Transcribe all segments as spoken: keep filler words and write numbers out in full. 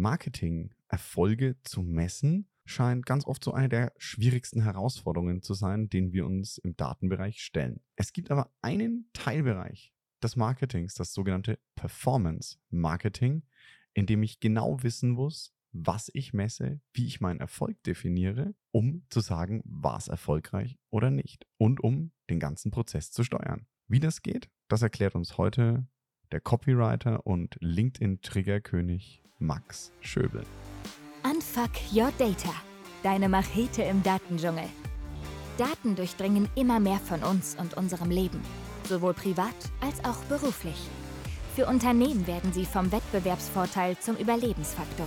Marketing-Erfolge zu messen scheint ganz oft so eine der schwierigsten Herausforderungen zu sein, denen wir uns im Datenbereich stellen. Es gibt aber einen Teilbereich des Marketings, das sogenannte Performance Marketing, in dem ich genau wissen muss, was ich messe, wie ich meinen Erfolg definiere, um zu sagen, war es erfolgreich oder nicht und um den ganzen Prozess zu steuern. Wie das geht, das erklärt uns heute der Copywriter und LinkedIn-Triggerkönig Max Schöbel. Unfuck your data. Deine Machete im Datendschungel. Daten durchdringen immer mehr von uns und unserem Leben, sowohl privat als auch beruflich. Für Unternehmen werden sie vom Wettbewerbsvorteil zum Überlebensfaktor.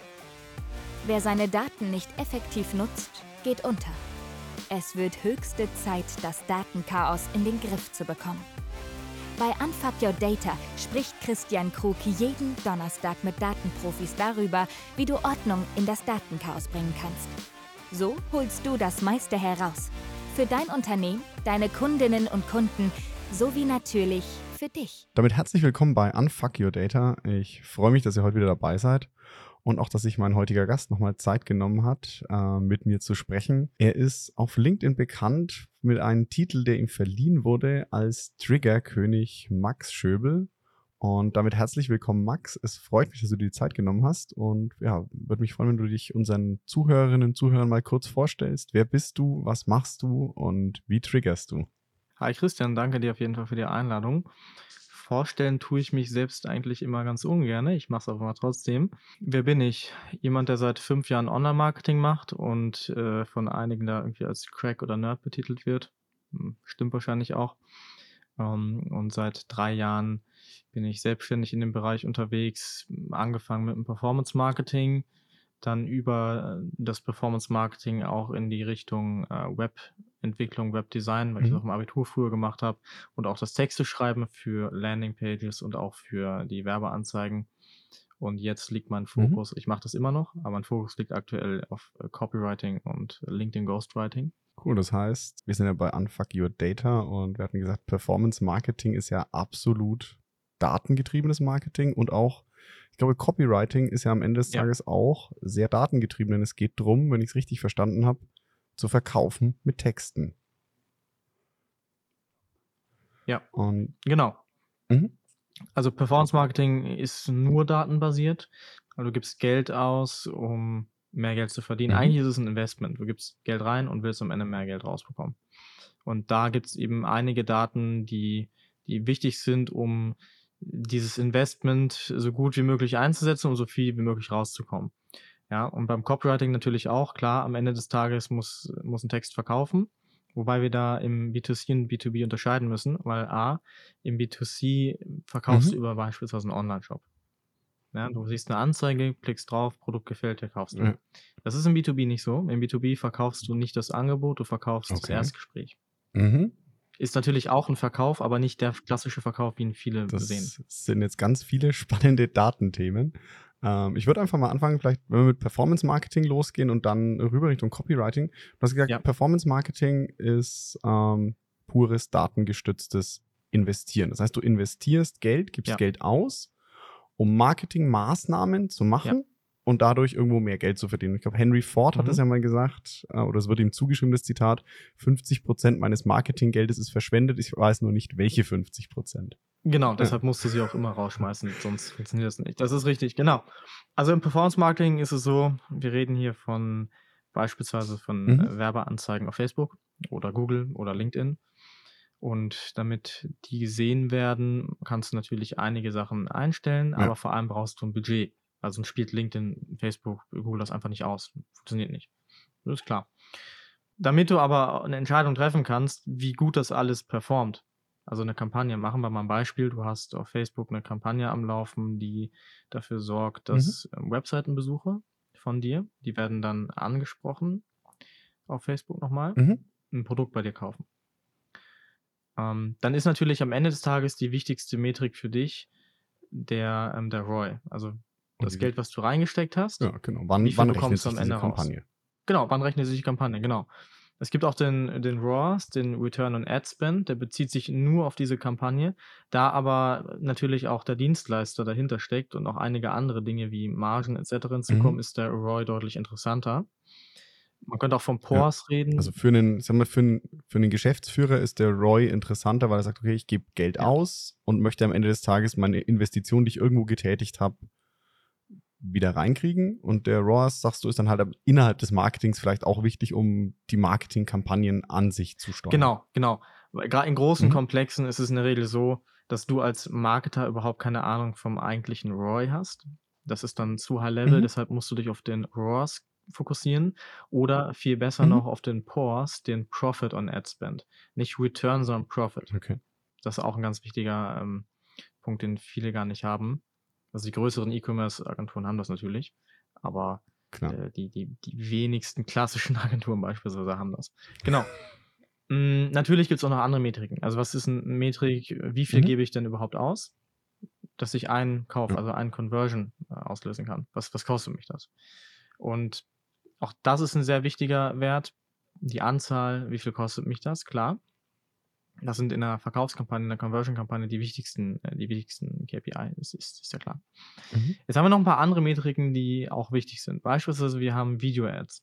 Wer seine Daten nicht effektiv nutzt, geht unter. Es wird höchste Zeit, das Datenchaos in den Griff zu bekommen. Bei Unfuck Your Data spricht Christian Krug jeden Donnerstag mit Datenprofis darüber, wie du Ordnung in das Datenchaos bringen kannst. So holst du das meiste heraus. Für dein Unternehmen, deine Kundinnen und Kunden, sowie natürlich für dich. Damit herzlich willkommen bei Unfuck Your Data. Ich freue mich, dass ihr heute wieder dabei seid. Und auch, dass sich mein heutiger Gast nochmal Zeit genommen hat, äh, mit mir zu sprechen. Er ist auf LinkedIn bekannt mit einem Titel, der ihm verliehen wurde als Triggerkönig Max Schöbel. Und damit herzlich willkommen, Max. Es freut mich, dass du dir die Zeit genommen hast. Und ja, würde mich freuen, wenn du dich unseren Zuhörerinnen und Zuhörern mal kurz vorstellst. Wer bist du, was machst du und wie triggerst du? Hi Christian, danke dir auf jeden Fall für die Einladung. Vorstellen tue ich mich selbst eigentlich immer ganz ungern. Ich mache es aber mal trotzdem. Wer bin ich? Jemand, der seit fünf Jahren Online-Marketing macht und äh, von einigen da irgendwie als Crack oder Nerd betitelt wird. Hm, Stimmt wahrscheinlich auch. Ähm, und seit drei Jahren bin ich selbstständig in dem Bereich unterwegs. Angefangen mit dem Performance-Marketing, dann über das Performance-Marketing auch in die Richtung äh, Webentwicklung, Webdesign, weil ich das Mhm. auch im Abitur früher gemacht habe, und auch das Texteschreiben für Landingpages und auch für die Werbeanzeigen. Und jetzt liegt mein Mhm. Fokus, ich mache das immer noch, aber mein Fokus liegt aktuell auf äh, Copywriting und LinkedIn Ghostwriting. Cool, das heißt, wir sind ja bei Unfuck Your Data und wir hatten gesagt, Performance Marketing ist ja absolut datengetriebenes Marketing und auch, ich glaube, Copywriting ist ja am Ende des Ja. Tages auch sehr datengetrieben, denn es geht darum, wenn ich es richtig verstanden habe, zu verkaufen mit Texten. Ja, Und genau. mhm. Also Performance Marketing ist nur datenbasiert. Also du gibst Geld aus, um mehr Geld zu verdienen. Mhm. Eigentlich ist es ein Investment. Du gibst Geld rein und willst am Ende mehr Geld rausbekommen. Und da gibt es eben einige Daten, die, die wichtig sind, um dieses Investment so gut wie möglich einzusetzen, um so viel wie möglich rauszukommen. Ja, und beim Copywriting natürlich auch, klar, am Ende des Tages muss, muss ein Text verkaufen, wobei wir da im B zwei C und B zwei B unterscheiden müssen, weil A, im B zwei C verkaufst du Mhm. über beispielsweise einen Online-Shop. Ja, du siehst eine Anzeige, klickst drauf, Produkt gefällt dir, kaufst du. Ja. Das ist im B zwei B nicht so. Im B zwei B verkaufst du nicht das Angebot, du verkaufst das Okay. Erstgespräch. Mhm. Ist natürlich auch ein Verkauf, aber nicht der klassische Verkauf, wie ihn viele sehen. Das sind jetzt ganz viele spannende Datenthemen. Ähm, ich würde einfach mal anfangen, vielleicht, wenn wir mit Performance Marketing losgehen und dann rüber Richtung Copywriting. Du hast gesagt, Ja. Performance Marketing ist ähm, pures datengestütztes Investieren. Das heißt, du investierst Geld, gibst Ja. Geld aus, um Marketingmaßnahmen zu machen und dadurch irgendwo mehr Geld zu verdienen. Ich glaube, Henry Ford hat Mhm. das ja mal gesagt, äh, oder es wird ihm zugeschrieben, das Zitat, fünfzig Prozent meines Marketinggeldes ist verschwendet, ich weiß nur nicht, welche fünfzig Prozent. Genau, deshalb musst du sie auch immer rausschmeißen, sonst funktioniert das nicht. Das ist richtig, genau. Also im Performance Marketing ist es so, wir reden hier von beispielsweise von Mhm. äh, Werbeanzeigen auf Facebook oder Google oder LinkedIn. Und damit die gesehen werden, kannst du natürlich einige Sachen einstellen, Ja. aber vor allem brauchst du ein Budget. Also spielt LinkedIn, Facebook, Google das einfach nicht aus. Funktioniert nicht. Das ist klar. Damit du aber eine Entscheidung treffen kannst, wie gut das alles performt. Also eine Kampagne, machen wir mal ein Beispiel. Du hast auf Facebook eine Kampagne am Laufen, die dafür sorgt, dass ähm, Webseitenbesucher von dir, die werden dann angesprochen auf Facebook nochmal, Mhm. ein Produkt bei dir kaufen. Ähm, dann ist natürlich am Ende des Tages die wichtigste Metrik für dich der, ähm, der R O I, also das die- Geld, was du reingesteckt hast. Ja, genau. Wie Wann, viel wann rechnet bekommst du sich am diese Ende raus? Kampagne? Genau, wann rechnet sich die Kampagne? Genau. Es gibt auch den den R O A S, den Return on Ad Spend, der bezieht sich nur auf diese Kampagne. Da aber natürlich auch der Dienstleister dahinter steckt und auch einige andere Dinge wie Margen et cetera hinzukommen, Mhm. ist der R O I deutlich interessanter. Man könnte auch vom P O Ja. A S reden. Also für 'nen sagen wir, für 'n für 'nen Geschäftsführer ist der R O I interessanter, weil er sagt: „Okay, ich gebe Geld Ja. aus und möchte am Ende des Tages meine Investition, die ich irgendwo getätigt habe, wieder reinkriegen.“ Und der R O A S, sagst du, ist dann halt innerhalb des Marketings vielleicht auch wichtig, um die Marketingkampagnen an sich zu steuern. Genau, genau. Weil grad in großen Mhm. Komplexen ist es in der Regel so, dass du als Marketer überhaupt keine Ahnung vom eigentlichen R O I hast. Das ist dann zu high level, Mhm. deshalb musst du dich auf den R O A S fokussieren oder viel besser Mhm. noch auf den P O A S, den Profit on Ad Spend. Nicht Return, sondern Profit. Okay. Das ist auch 'n ganz wichtiger, ähm, Punkt, den viele gar nicht haben. Also, die größeren E-Commerce-Agenturen haben das natürlich, aber, Klar. äh, die die die wenigsten klassischen Agenturen beispielsweise haben das. Genau. Hm, natürlich gibt's auch noch andere Metriken. Also, was ist 'n Metrik? Wie viel Mhm. gebe ich denn überhaupt aus, dass ich einen Kauf, Ja. also einen Conversion, äh, auslösen kann? Was was kostet mich das? Und auch das ist 'n sehr wichtiger Wert. Die Anzahl, wie viel kostet mich das? Klar. Das sind in 'ner Verkaufskampagne, in 'ner Conversion-Kampagne die wichtigsten äh, die wichtigsten K P I, das ist ist ja klar. Mhm. Jetzt haben wir noch 'n paar andere Metriken, die auch wichtig sind. Beispielsweise, wir haben Video-Ads.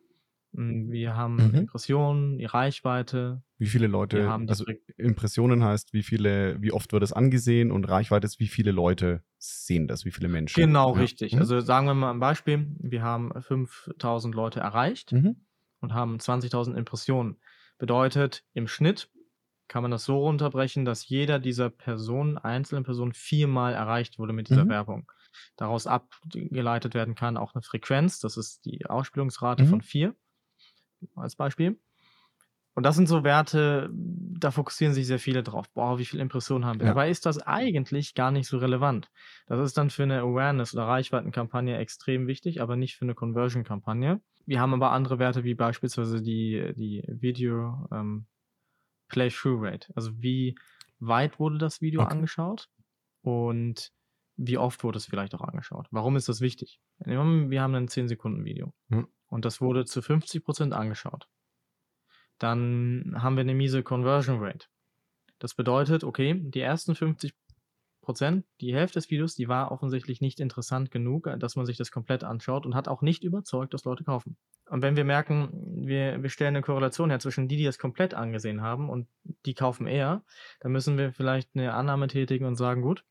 Hm, wir haben Mhm. Impressionen, die Reichweite. Wie viele Wir Leute haben die also, Frek Impressionen heißt, wie viele wie oft wird es angesehen und Reichweite ist, wie viele Leute sehen das, wie viele Menschen. Genau, Ja. richtig. Mhm. Also, sagen wir mal 'n Beispiel, wir haben fünftausend Leute erreicht Mhm. und haben zwanzigtausend Impressionen. Bedeutet, im Schnitt kann man das so runterbrechen, dass jeder dieser Personen einzelnen Personen viermal erreicht wurde mit dieser Mhm. Werbung. Daraus abgeleitet werden kann auch 'ne Frequenz, das ist die Ausspielungsrate Mhm. von vier als Beispiel. Und das sind so Werte, da fokussieren sich sehr viele drauf: „Boah, wie viele Impressionen haben wir?“ Ja. Dabei ist das eigentlich gar nicht so relevant. Das ist dann für 'ne Awareness oder Reichweitenkampagne extrem wichtig, aber nicht für 'ne Conversion-Kampagne. Wir haben aber andere Werte wie beispielsweise die die Video, ähm, Play-Through-Rate. Also, wie weit wurde das Video Okay. angeschaut und wie oft wurde es vielleicht auch angeschaut? Warum ist das wichtig? Nehmen wir haben 'nen zehn Sekunden Video Mhm. und das wurde zu fünfzig Prozent angeschaut. Dann haben wir 'ne miese Conversion Rate. Das bedeutet, okay, die ersten fünfzig Prozent, die Hälfte des Videos, die war offensichtlich nicht interessant genug, äh, dass man sich das komplett anschaut und hat auch nicht überzeugt, dass Leute kaufen. Und wenn wir merken, wir wir stellen 'ne Korrelation her zwischen die, die das komplett angesehen haben und die kaufen eher, dann müssen wir vielleicht 'ne Annahme tätigen und sagen: „Gut,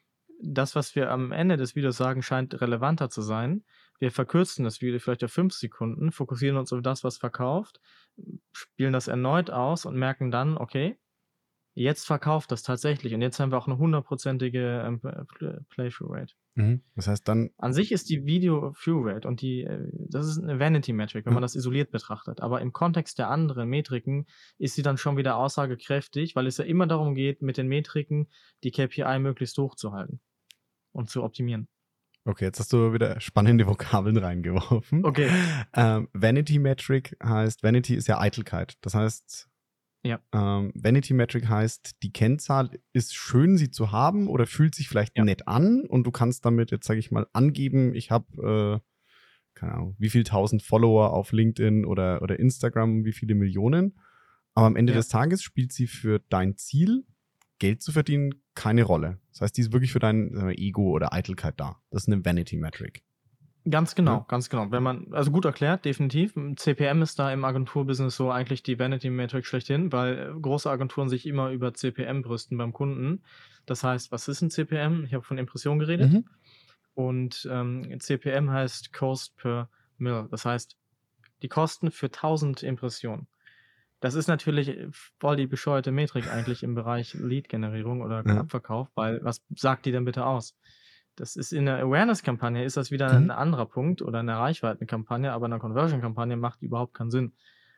das, was wir am Ende des Videos sagen, scheint relevanter zu sein. Wir verkürzen das Video vielleicht auf fünf Sekunden, fokussieren uns auf das, was verkauft, spielen das erneut aus und merken dann: Okay, jetzt verkauft das tatsächlich und jetzt haben wir auch 'ne hundertprozentige, ähm, P Pl Play-Through-Rate.“ Mhm. Das heißt dann An sich ist die Video-Through-Rate und die äh, das ist 'ne Vanity-Metric, wenn Ja. man das isoliert betrachtet. Aber im Kontext der anderen Metriken ist sie dann schon wieder aussagekräftig, weil es ja immer darum geht, mit den Metriken die K P I möglichst hoch zu halten und zu optimieren. Okay, jetzt hast du wieder spannende Vokabeln reingeworfen. Okay. Ähm, Vanity Metric heißt Vanity ist ja Eitelkeit. Das heißt, Ja. ähm, Vanity Metric heißt, die Kennzahl ist schön, sie zu haben oder fühlt sich vielleicht Ja. nett an und du kannst damit jetzt, sage ich mal, angeben, ich habe, äh, keine Ahnung, wie viel tausend Follower auf LinkedIn oder oder Instagram, wie viele Millionen. Aber am Ende Ja. des Tages spielt sie für dein Ziel, Geld zu verdienen, keine Rolle. Das heißt, die ist wirklich für dein, äh, Ego oder Eitelkeit da. Das ist 'ne Vanity Metric. Ganz genau, Ja. ganz genau. Wenn man also gut erklärt, definitiv. Hm, C P M ist da im Agenturbusiness so eigentlich die Vanity Metric schlechthin, weil, äh, große Agenturen sich immer über C P M brüsten beim Kunden. Das heißt, was ist 'n C P M? Ich habe von Impressionen geredet Mhm. und, ähm, C P M heißt Cost per Mille. Das heißt, die Kosten für tausend Impressionen. Das ist natürlich, äh, voll die bescheuerte Metrik eigentlich im Bereich Lead-Generierung oder Ja. Abverkauf, weil was sagt die denn bitte aus? Das ist in 'ner Awareness-Kampagne ist das wieder 'n Mhm. anderer Punkt oder 'ne Reichweitenkampagne, aber in 'ner Conversion-Kampagne macht die überhaupt keinen Sinn.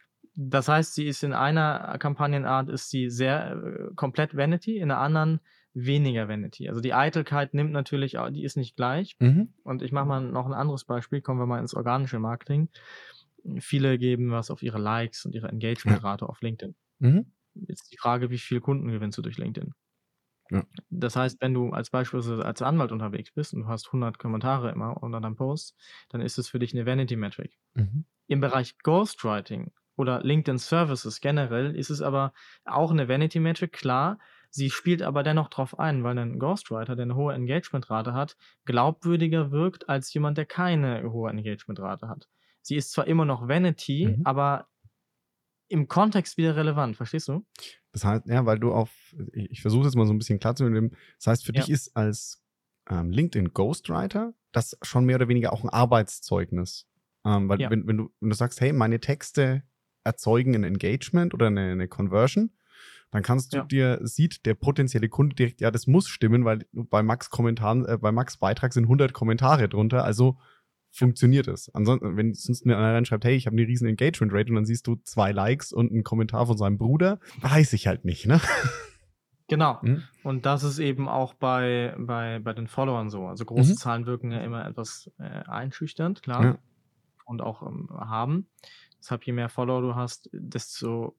Das heißt, sie ist in einer Kampagnenart ist sie sehr, äh, komplett Vanity, in 'ner anderen weniger Vanity. Also, die Eitelkeit nimmt natürlich a die ist nicht gleich. Mhm. Und ich mache mal noch 'n anderes Beispiel, kommen wir mal ins organische Marketing. Viele geben was auf ihre Likes und ihre Ja. Engagement-Rate auf LinkedIn. Mhm. Jetzt die Frage, wie viel Kunden gewinnst du durch LinkedIn? Ja. Das heißt, wenn du als beispielsweise als Anwalt unterwegs bist und du hast hundert Kommentare immer unter deinem Post, dann ist es für dich 'ne Vanity Metric. Mhm. Im Bereich Ghostwriting oder LinkedIn Services generell, ist es aber auch eine Vanity-Metric, klar. Sie spielt aber dennoch drauf ein, weil ein Ghostwriter, der eine hohe Engagementrate hat, glaubwürdiger wirkt als jemand, der keine hohe Engagementrate hat. Sie ist zwar immer noch Vanity, Mhm. aber im Kontext wieder relevant, verstehst du? Das heißt, ja, weil du auf, ich, ich versuche es mal so ein bisschen klar zu nehmen. Das heißt, für Ja. dich ist als ähm, LinkedIn Ghostwriter das schon mehr oder weniger auch ein Arbeitszeugnis. Ähm, weil Ja. wenn, wenn, du, wenn du sagst, hey, meine Texte erzeugen ein Engagement oder eine, eine Conversion, dann kannst du Ja. dir, sieht der potenzielle Kunde direkt, ja, das muss stimmen, weil bei Max Kommentaren, äh, bei Max Beitrag sind hundert Kommentare drunter, also funktioniert es. Ansonsten, wenn sonst einer reinschreibt, hey, ich habe eine riesen Engagement Rate und dann siehst du zwei Likes und einen Kommentar von seinem Bruder, weiß ich halt nicht, ne? Genau. Mhm. Und das ist eben auch bei, bei, bei den Followern so. Also große Mhm. Zahlen wirken ja immer etwas äh, einschüchternd, klar. Ja. Und auch ähm, haben. Deshalb, je mehr Follower du hast, desto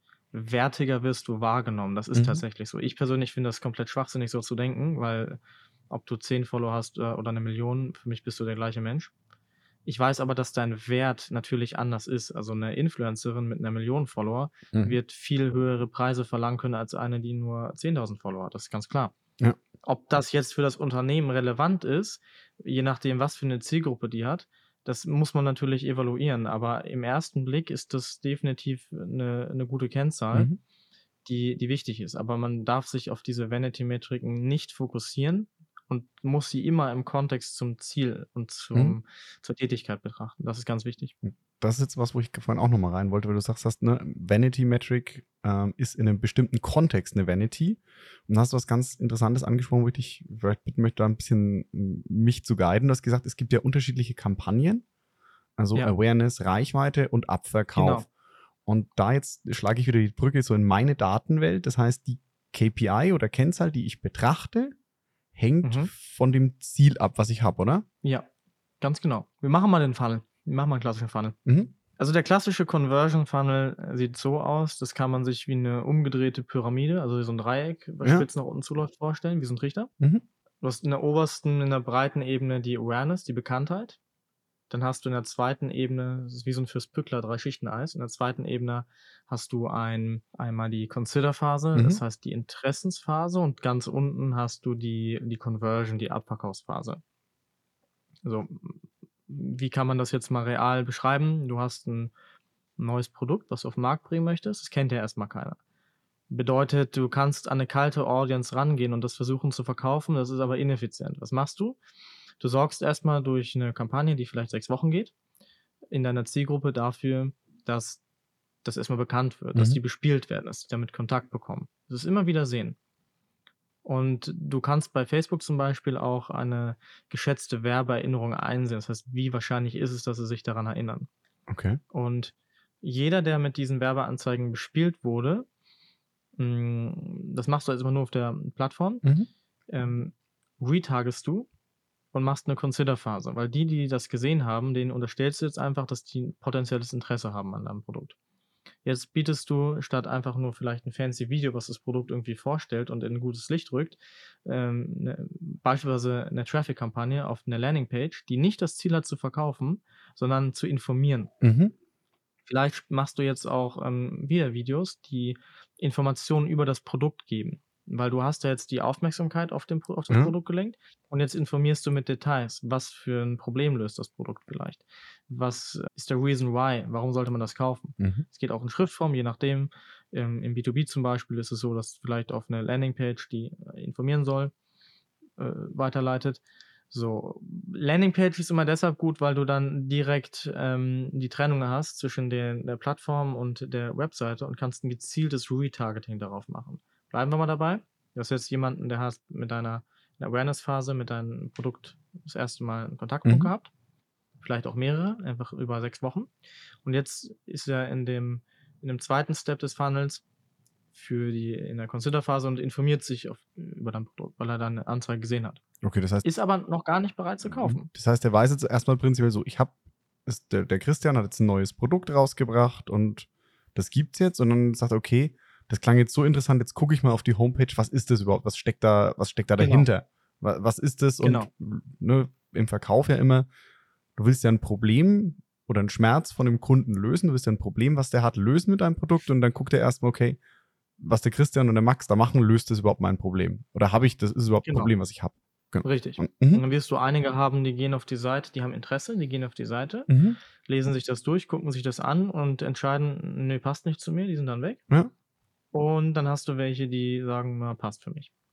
wertiger wirst du wahrgenommen. Das ist Mhm. tatsächlich so. Ich persönlich finde das komplett schwachsinnig, so zu denken, weil ob du zehn Follower hast äh, oder eine Million, für mich bist du der gleiche Mensch. Ich weiß aber, dass dein Wert natürlich anders ist. Also eine Influencerin mit einer Million Follower Mhm. wird viel höhere Preise verlangen können als eine, die nur zehntausend Follower hat. Das ist ganz klar. Ja. Ob das jetzt für das Unternehmen relevant ist, je nachdem, was für eine Zielgruppe die hat, das muss man natürlich evaluieren. Aber im ersten Blick ist das definitiv eine, eine gute Kennzahl, Mhm. die, die wichtig ist. Aber man darf sich auf diese Vanity-Metriken nicht fokussieren und muss sie immer im Kontext zum Ziel und zum, Mhm. zur Tätigkeit betrachten. Das ist ganz wichtig. Das ist jetzt was, wo ich vorhin auch nochmal rein wollte, weil du sagst, hast, ne, Vanity Metric ähm, ist in einem bestimmten Kontext eine Vanity. Und da hast du was ganz Interessantes angesprochen, wo ich dich vielleicht bitten möchte, da ein bisschen m, mich zu guiden. Du hast gesagt, es gibt ja unterschiedliche Kampagnen, also Ja. Awareness, Reichweite und Abverkauf. Genau. Und da jetzt schlage ich wieder die Brücke so in meine Datenwelt. Das heißt, die K P I oder Kennzahl, die ich betrachte, hängt Mhm. von dem Ziel ab, was ich habe, oder? Ja, ganz genau. Wir machen mal den Funnel. Wir machen mal einen klassischen Funnel. Mhm. Also der klassische Conversion Funnel äh, sieht so aus, das kann man sich wie eine umgedrehte Pyramide, also wie so ein Dreieck, was Ja. spitz nach unten zuläuft, vorstellen, wie so ein Trichter. Mhm. Du hast in der obersten, in der breiten Ebene die Awareness, die Bekanntheit. Dann hast du in der zweiten Ebene, das ist wie so ein Fürst Pückler, drei Schichten Eis. In der zweiten Ebene hast du ein, einmal die Consider-Phase, Mhm. das heißt die Interessensphase, und ganz unten hast du die, die Conversion, die Abverkaufsphase. Also, wie kann man das jetzt mal real beschreiben? Du hast ein neues Produkt, was du auf den Markt bringen möchtest. Das kennt ja erstmal keiner. Bedeutet, du kannst an eine kalte Audience rangehen und das versuchen zu verkaufen, das ist aber ineffizient. Was machst du? Du sorgst erstmal durch eine Kampagne, die vielleicht sechs Wochen geht, in deiner Zielgruppe dafür, dass das erstmal bekannt wird, dass Mhm. die bespielt werden, dass die damit Kontakt bekommen. Das ist immer wieder sehen. Und du kannst bei Facebook zum Beispiel auch eine geschätzte Werbeerinnerung einsehen. Das heißt, wie wahrscheinlich ist es, dass sie sich daran erinnern? Okay. Und jeder, der mit diesen Werbeanzeigen bespielt wurde, mh, das machst du jetzt immer nur auf der Plattform, Mhm. ähm, retargetest du und machst eine Consider-Phase, weil die, die das gesehen haben, denen unterstellst du jetzt einfach, dass die ein potenzielles Interesse haben an deinem Produkt. Jetzt bietest du statt einfach nur vielleicht ein fancy Video, was das Produkt irgendwie vorstellt und in ein gutes Licht rückt, ähm, ne, beispielsweise eine Traffic-Kampagne auf eine Landingpage, die nicht das Ziel hat zu verkaufen, sondern zu informieren. Mhm. Vielleicht machst du jetzt auch ähm, wieder Videos, die Informationen über das Produkt geben, weil du hast ja jetzt die Aufmerksamkeit auf, den, Pro- auf das Ja. Produkt gelenkt und jetzt informierst du mit Details, was für ein Problem löst das Produkt vielleicht, was ist der Reason why, warum sollte man das kaufen. Mhm. Es geht auch in Schriftform, je nachdem. Ähm, Im B zwei B zum Beispiel ist es so, dass vielleicht auf eine Landingpage, die äh, informieren soll, äh, weiterleitet. So, Landingpage ist immer deshalb gut, weil du dann direkt ähm, die Trennung hast zwischen der, der Plattform und der Webseite und kannst ein gezieltes Retargeting darauf machen. Bleiben wir mal dabei. Du hast jetzt jemanden, der hast mit deiner Awareness-Phase, mit deinem Produkt das erste Mal einen Kontaktpunkt Mhm. gehabt. Vielleicht auch mehrere, einfach über sechs Wochen. Und jetzt ist er in dem, in dem zweiten Step des Funnels für die in der Consider-Phase und informiert sich auf, über dein Produkt, weil er dann eine Anzeige gesehen hat. Okay, das heißt, Ist aber noch gar nicht bereit zu kaufen. das heißt, der weiß jetzt erstmal prinzipiell so, ich habe, der, der Christian hat jetzt ein neues Produkt rausgebracht und das gibt's jetzt und dann sagt er, okay, das klang jetzt so interessant, jetzt gucke ich mal auf die Homepage, was ist das überhaupt, was steckt da, was steckt da Genau. dahinter? Was, was ist das? Genau. Und ne, im Verkauf ja immer, du willst ja ein Problem oder einen Schmerz von dem Kunden lösen. Du willst ja ein Problem, was der hat, lösen mit deinem Produkt und dann guckt er erstmal, okay, was der Christian und der Max da machen, löst das überhaupt mein Problem? Oder habe ich das, ist überhaupt ein Genau. Problem, was ich habe? Genau. Richtig. Und, Und mhm, dann wirst du einige haben, die gehen auf die Seite, die haben Interesse, die gehen auf die Seite, mhm, lesen sich das durch, gucken sich das an und entscheiden, nee, passt nicht zu mir, die sind dann weg. ja, Und dann hast du welche, die sagen, na, passt für mich.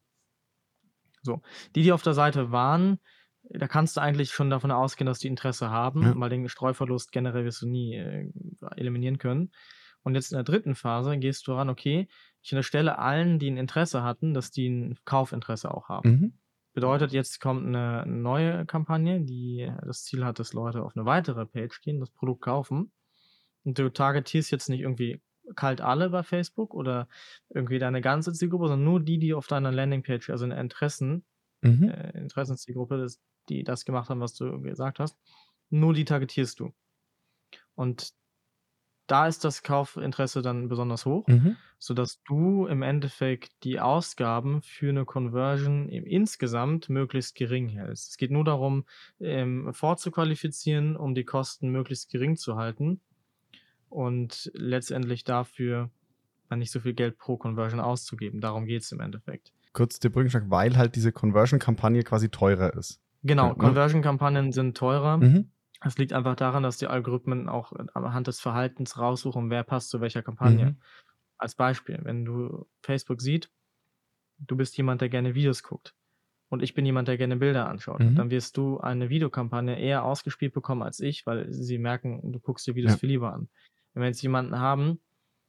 So. Die, die auf der Seite waren, da kannst du eigentlich schon davon ausgehen, dass die Interesse haben, Ja. weil den Streuverlust generell wirst du nie äh, eliminieren können. Und jetzt in der dritten Phase gehst du ran, okay, ich unterstelle allen, die ein Interesse hatten, dass die ein Kaufinteresse auch haben. mhm, Bedeutet, jetzt kommt eine neue Kampagne, die das Ziel hat, dass Leute auf eine weitere Page gehen, das Produkt kaufen. Und du targetierst jetzt nicht irgendwie kalt alle bei Facebook oder irgendwie deine ganze Zielgruppe, sondern nur die, die auf deiner Landingpage, also eine Interessen, mhm, äh, Interessenszielgruppe, das, die das gemacht haben, was du gesagt hast, nur die targetierst du. Und da ist das Kaufinteresse dann besonders hoch, mhm, sodass du im Endeffekt die Ausgaben für eine Conversion im insgesamt möglichst gering hältst. Es geht nur darum, ähm, vorzuqualifizieren, um die Kosten möglichst gering zu halten und letztendlich dafür dann nicht so viel Geld pro Conversion auszugeben. Darum geht es im Endeffekt. kurz der Brückenschlag, weil halt diese Conversion-Kampagne quasi teurer ist. Genau, Ja, ne? Conversion-Kampagnen sind teurer. Mhm, Das liegt einfach daran, dass die Algorithmen auch anhand des Verhaltens raussuchen, wer passt zu welcher Kampagne. mhm, Als Beispiel, wenn du Facebook siehst, du bist jemand, der gerne Videos guckt und ich bin jemand, der gerne Bilder anschaut, mhm, dann wirst du eine Videokampagne eher ausgespielt bekommen als ich, weil sie merken, du guckst dir Videos Ja. viel lieber an. Wenn wir jetzt jemanden haben,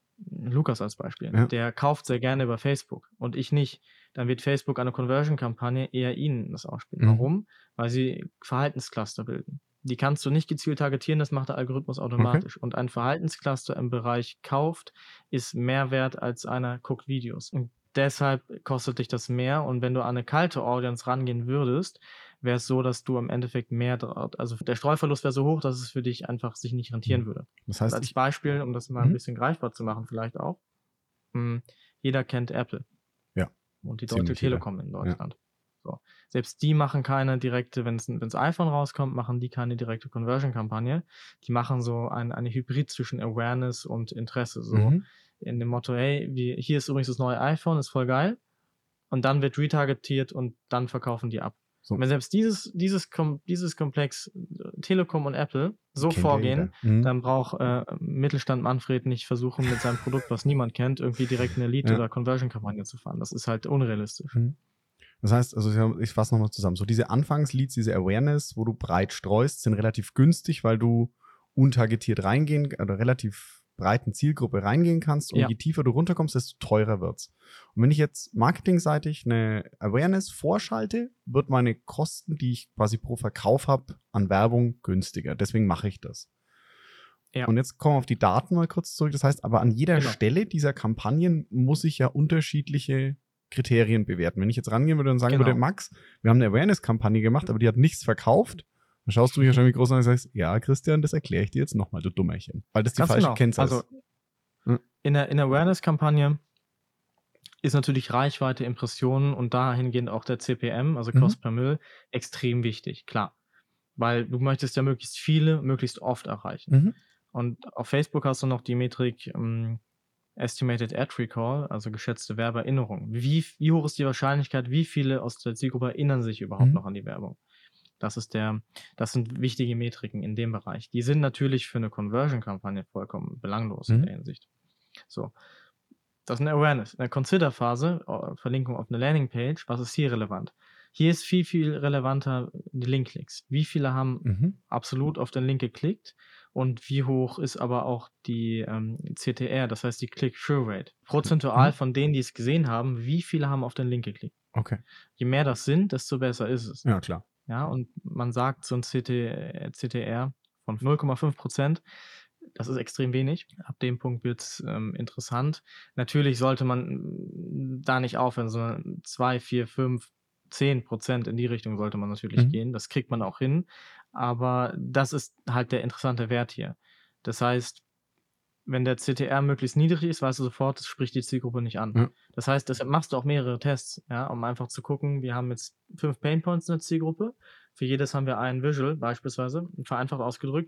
Lukas als Beispiel, Ja. der kauft sehr gerne über Facebook und ich nicht, dann wird Facebook eine Conversion-Kampagne eher ihnen das ausspielen. Mhm. Warum? Weil sie Verhaltenscluster bilden. Die kannst du nicht gezielt targetieren, das macht der Algorithmus automatisch. Und ein Verhaltenscluster im Bereich kauft ist mehr wert als einer guckt Videos. Und deshalb kostet dich das mehr. Und wenn du an eine kalte Audience rangehen würdest, wäre es so, dass du im Endeffekt mehr, dra- also der Streuverlust wäre so hoch, dass es für dich einfach sich nicht rentieren Mhm. würde. Das Und heißt, als ich, Beispiel, um das mal ein Mhm. bisschen greifbar zu machen, vielleicht auch, mh, jeder kennt Apple. Ja, Und die Deutsche ziemlich jeder. Telekom in Deutschland. So. Selbst die machen keine direkte, wenn das iPhone rauskommt, machen die keine direkte Conversion-Kampagne. Die machen so ein, eine Hybrid zwischen Awareness und Interesse. So Mhm. in dem Motto, hey, wie, hier ist übrigens das neue iPhone, ist voll geil. Und dann wird retargetiert und dann verkaufen die ab. So. Und wenn selbst dieses, dieses, Kom dieses Komplex äh, Telekom und Apple so Kennt ja vorgehen, jeder. Mhm. dann braucht äh, Mittelstand Manfred nicht versuchen, mit seinem Produkt, was niemand kennt, irgendwie direkt eine Lead- Ja. oder Conversion-Kampagne zu fahren. Das ist halt unrealistisch. Mhm. Das heißt, also ich fasse nochmal zusammen. So diese Anfangsleads, diese Awareness, wo du breit streust, sind relativ günstig, weil du untargetiert reingehen oder relativ breiten Zielgruppe reingehen kannst und Ja. je tiefer du runterkommst, desto teurer wird's. Und wenn ich jetzt marketingseitig eine Awareness vorschalte, wird meine Kosten, die ich quasi pro Verkauf habe, an Werbung günstiger. Deswegen mache ich das. Ja. Und jetzt kommen wir auf die Daten mal kurz zurück. Das heißt, aber an jeder Genau. Stelle dieser Kampagnen muss ich ja unterschiedliche Kriterien bewerten. Wenn ich jetzt rangehen würde und sagen Genau. würde, Max, wir haben eine Awareness-Kampagne gemacht, aber die hat nichts verkauft, dann schaust du mich wahrscheinlich groß an und sagst, ja, Christian, das erkläre ich dir jetzt nochmal, du Dummerchen. Weil das die Ganz falsche genau. Kennzahl Also ist. Ja. in der, in der Awareness-Kampagne ist natürlich Reichweite, Impressionen und dahingehend auch der C P M, also Mhm. Cost per Mill, extrem wichtig, klar. Weil du möchtest ja möglichst viele, möglichst oft erreichen. Mhm. Und auf Facebook hast du noch die Metrik ähm, Estimated Ad Recall, also geschätzte Werbeerinnerung. Wie, wie hoch ist die Wahrscheinlichkeit, wie viele aus der Zielgruppe erinnern sich überhaupt Mhm. noch an die Werbung? Das ist der, das sind wichtige Metriken in dem Bereich. Die sind natürlich für eine Conversion-Kampagne vollkommen belanglos in Mhm. der Hinsicht. So. Das ist eine Awareness. In der Consider-Phase, äh, Verlinkung auf eine Landingpage, was ist hier relevant? Hier ist viel, viel relevanter die Link-Klicks. Wie viele haben Mhm. absolut auf den Link geklickt und wie hoch ist aber auch die ähm, C T R, das heißt die Click-Through-Rate. Prozentual Mhm. von denen, die es gesehen haben, wie viele haben auf den Link geklickt. Okay. Je mehr das sind, desto besser ist es. Ja, klar. Ja, und man sagt so ein C T, äh, C T R von null Komma fünf Prozent, das ist extrem wenig. Ab dem Punkt wird es ähm, interessant. Natürlich sollte man mm, da nicht aufhören, sondern zwei, vier, fünf, zehn Prozent in die Richtung sollte man natürlich Mhm. gehen. Das kriegt man auch hin. Aber das ist halt der interessante Wert hier. Das heißt, wenn der C T R möglichst niedrig ist, weißt du sofort, das spricht die Zielgruppe nicht an. Ja. Das heißt, deshalb machst du auch mehrere Tests, ja, um einfach zu gucken, wir haben jetzt fünf Painpoints in der Zielgruppe. Für jedes haben wir ein Visual beispielsweise, vereinfacht ausgedrückt.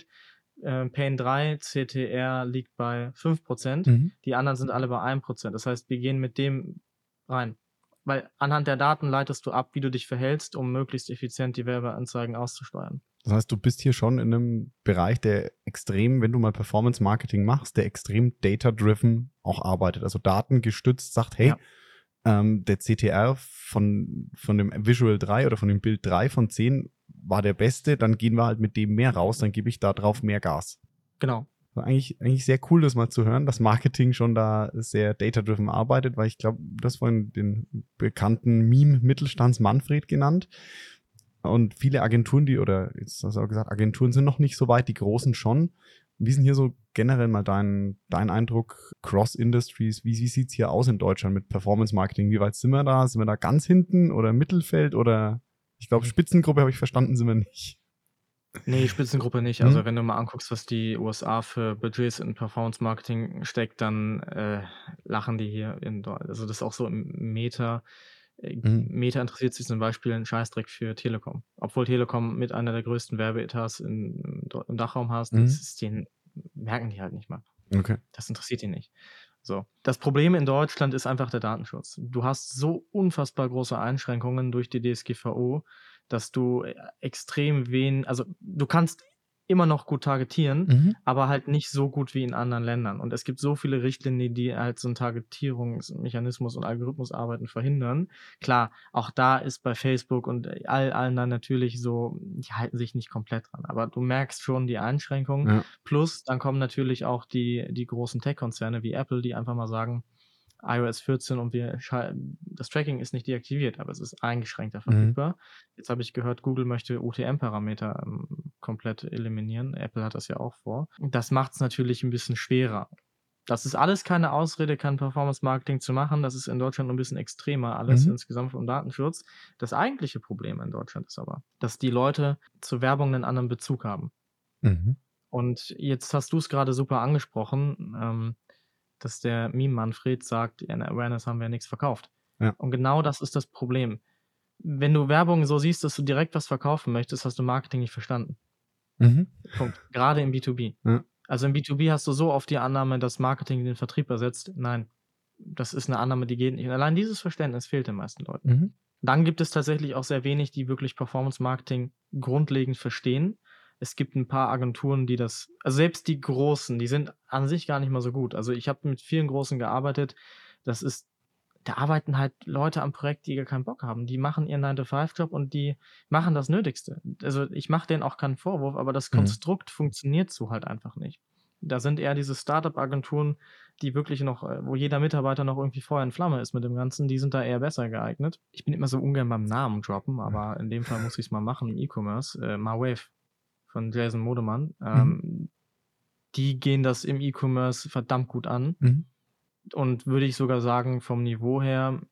äh, Payne drei C T R liegt bei fünf Prozent, Mhm. die anderen sind alle bei ein Prozent. Das heißt, wir gehen mit dem rein. Weil anhand der Daten leitest du ab, wie du dich verhältst, um möglichst effizient die Werbeanzeigen auszusteuern. Das heißt, du bist hier schon in einem Bereich, der extrem, wenn du mal Performance-Marketing machst, der extrem data-driven auch arbeitet. Also datengestützt sagt, hey, Ja. ähm, der C T R von, von dem Visual drei oder von dem Bild drei von zehn war der beste, dann gehen wir halt mit dem mehr raus, dann gebe ich da drauf mehr Gas. Genau. War eigentlich, eigentlich sehr cool, das mal zu hören, dass Marketing schon da sehr data-driven arbeitet, weil ich glaube, du hast vorhin den bekannten Meme Mittelstands Manfred genannt. Und viele Agenturen, die, oder jetzt hast du auch gesagt, Agenturen sind noch nicht so weit, die großen schon. Wie ist denn hier so generell mal dein, dein Eindruck, Cross-Industries, wie, wie sieht es hier aus in Deutschland mit Performance-Marketing? Wie weit sind wir da? Sind wir da ganz hinten oder Mittelfeld oder, ich glaube, Spitzengruppe habe ich verstanden, sind wir nicht. Nee, Spitzengruppe nicht. Also Mhm. wenn du mal anguckst, was die U S A für Budgets in Performance-Marketing steckt, dann äh, lachen die hier in Deutschland. Also das ist auch so im Meta. Äh, Mhm. Meta interessiert sich zum Beispiel einen Scheißdreck für Telekom. Obwohl Telekom mit einer der größten Werbeetats in, im Do- im Dachraum hast, Mhm. das ist den, merken die halt nicht mal. Okay. Das interessiert die nicht. So. Das Problem in Deutschland ist einfach der Datenschutz. Du hast so unfassbar große Einschränkungen durch die D S G V O, dass du äh, extrem wen, also du kannst immer noch gut targetieren, Mhm. aber halt nicht so gut wie in anderen Ländern. Und es gibt so viele Richtlinien, die halt so einen Targetierungsmechanismus und Algorithmusarbeiten verhindern. Klar, auch da ist bei Facebook und all allen dann natürlich so, die halten sich nicht komplett dran. Aber du merkst schon die Einschränkungen. Ja. Plus, dann kommen natürlich auch die, die großen Tech-Konzerne wie Apple, die einfach mal sagen, i O S vierzehn und wir schal- das Tracking ist nicht deaktiviert, aber es ist eingeschränkter Mhm. verfügbar. Jetzt habe ich gehört, Google möchte U T M-Parameter ähm, komplett eliminieren. Apple hat das ja auch vor. Das macht es natürlich ein bisschen schwerer. Das ist alles keine Ausrede, kein Performance-Marketing zu machen. Das ist in Deutschland ein bisschen extremer alles Mhm. insgesamt vom Datenschutz. Das eigentliche Problem in Deutschland ist aber, dass die Leute zur Werbung einen anderen Bezug haben. Mhm. Und jetzt hast du es gerade super angesprochen, ähm, dass der Meme Manfred sagt, ja, in der Awareness haben wir ja nichts verkauft. Ja. Und genau das ist das Problem. Wenn du Werbung so siehst, dass du direkt was verkaufen möchtest, hast du Marketing nicht verstanden. Mhm. Punkt. Gerade im B zwei B. Ja. Also im B zwei B hast du so oft die Annahme, dass Marketing den Vertrieb ersetzt. Nein, das ist eine Annahme, die geht nicht. Und allein dieses Verständnis fehlt den meisten Leuten. Mhm. Dann gibt es tatsächlich auch sehr wenig, die wirklich Performance-Marketing grundlegend verstehen. Es gibt ein paar Agenturen, die das, also selbst die Großen, die sind an sich gar nicht mal so gut. Also ich habe mit vielen Großen gearbeitet. Das ist, da arbeiten halt Leute am Projekt, die gar keinen Bock haben. Die machen ihren nine to five Job und die machen das Nötigste. Also ich mache denen auch keinen Vorwurf, aber das Mhm. Konstrukt funktioniert so halt einfach nicht. Da sind eher diese Startup-Agenturen, die wirklich noch, äh, wo jeder Mitarbeiter noch irgendwie Feuer in Flamme ist mit dem Ganzen, die sind da eher besser geeignet. Ich bin immer so ungern beim Namen droppen, aber in dem Fall muss ich es mal machen im E-Commerce. Äh, Marwave von Jason Modemann. Mhm. Ähm, die gehen das im E-Commerce verdammt gut an. Mhm. Und würde ich sogar sagen, vom Niveau her,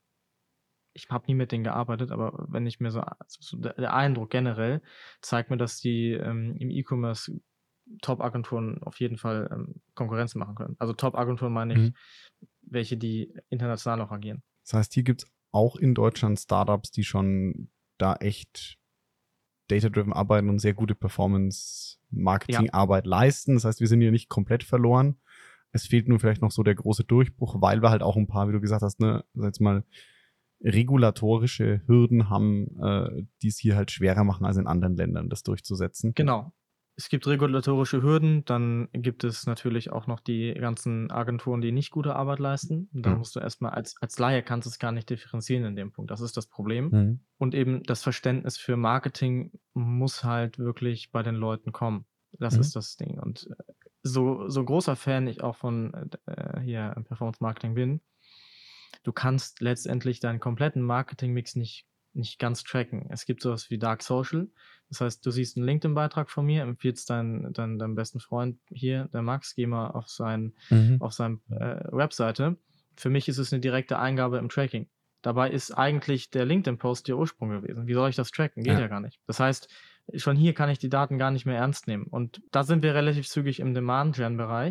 ich habe nie mit denen gearbeitet, aber wenn ich mir so, so der, der Eindruck generell zeigt mir, dass die ähm, im E-Commerce Top-Agenturen auf jeden Fall ähm, Konkurrenz machen können. Also Top-Agenturen meine ich, Mhm. welche, die international auch agieren. Das heißt, hier gibt es auch in Deutschland Startups, die schon da echt data-driven arbeiten und sehr gute Performance-Marketing-Arbeit leisten. Das heißt, wir sind hier nicht komplett verloren. Es fehlt nur vielleicht noch so der große Durchbruch, weil wir halt auch ein paar, wie du gesagt hast, ne, sag jetzt mal, regulatorische Hürden haben, äh, die es hier halt schwerer machen als in anderen Ländern, das durchzusetzen. Genau. Es gibt regulatorische Hürden, dann gibt es natürlich auch noch die ganzen Agenturen, die nicht gute Arbeit leisten. Und dann Ja. musst du erstmal, als, als Laie kannst du es gar nicht differenzieren in dem Punkt. Das ist das Problem. Mhm. Und eben das Verständnis für Marketing muss halt wirklich bei den Leuten kommen. Das Mhm. ist das Ding. Und äh, so, so großer Fan ich auch von äh, hier im Performance Marketing bin, du kannst letztendlich deinen kompletten Marketing-Mix nicht, nicht ganz tracken. Es gibt sowas wie Dark Social. Das heißt, du siehst einen LinkedIn-Beitrag von mir, empfiehlst deinen, deinen, deinen besten Freund hier, der Max, geh mal auf, sein, Mhm. auf seine äh, Webseite. Für mich ist es eine direkte Eingabe im Tracking. Dabei ist eigentlich der LinkedIn-Post der Ursprung gewesen. Wie soll ich das tracken? Geht Ja. ja gar nicht. Das heißt, schon hier kann ich die Daten gar nicht mehr ernst nehmen. Und da sind wir relativ zügig im Demand-Gen-Bereich.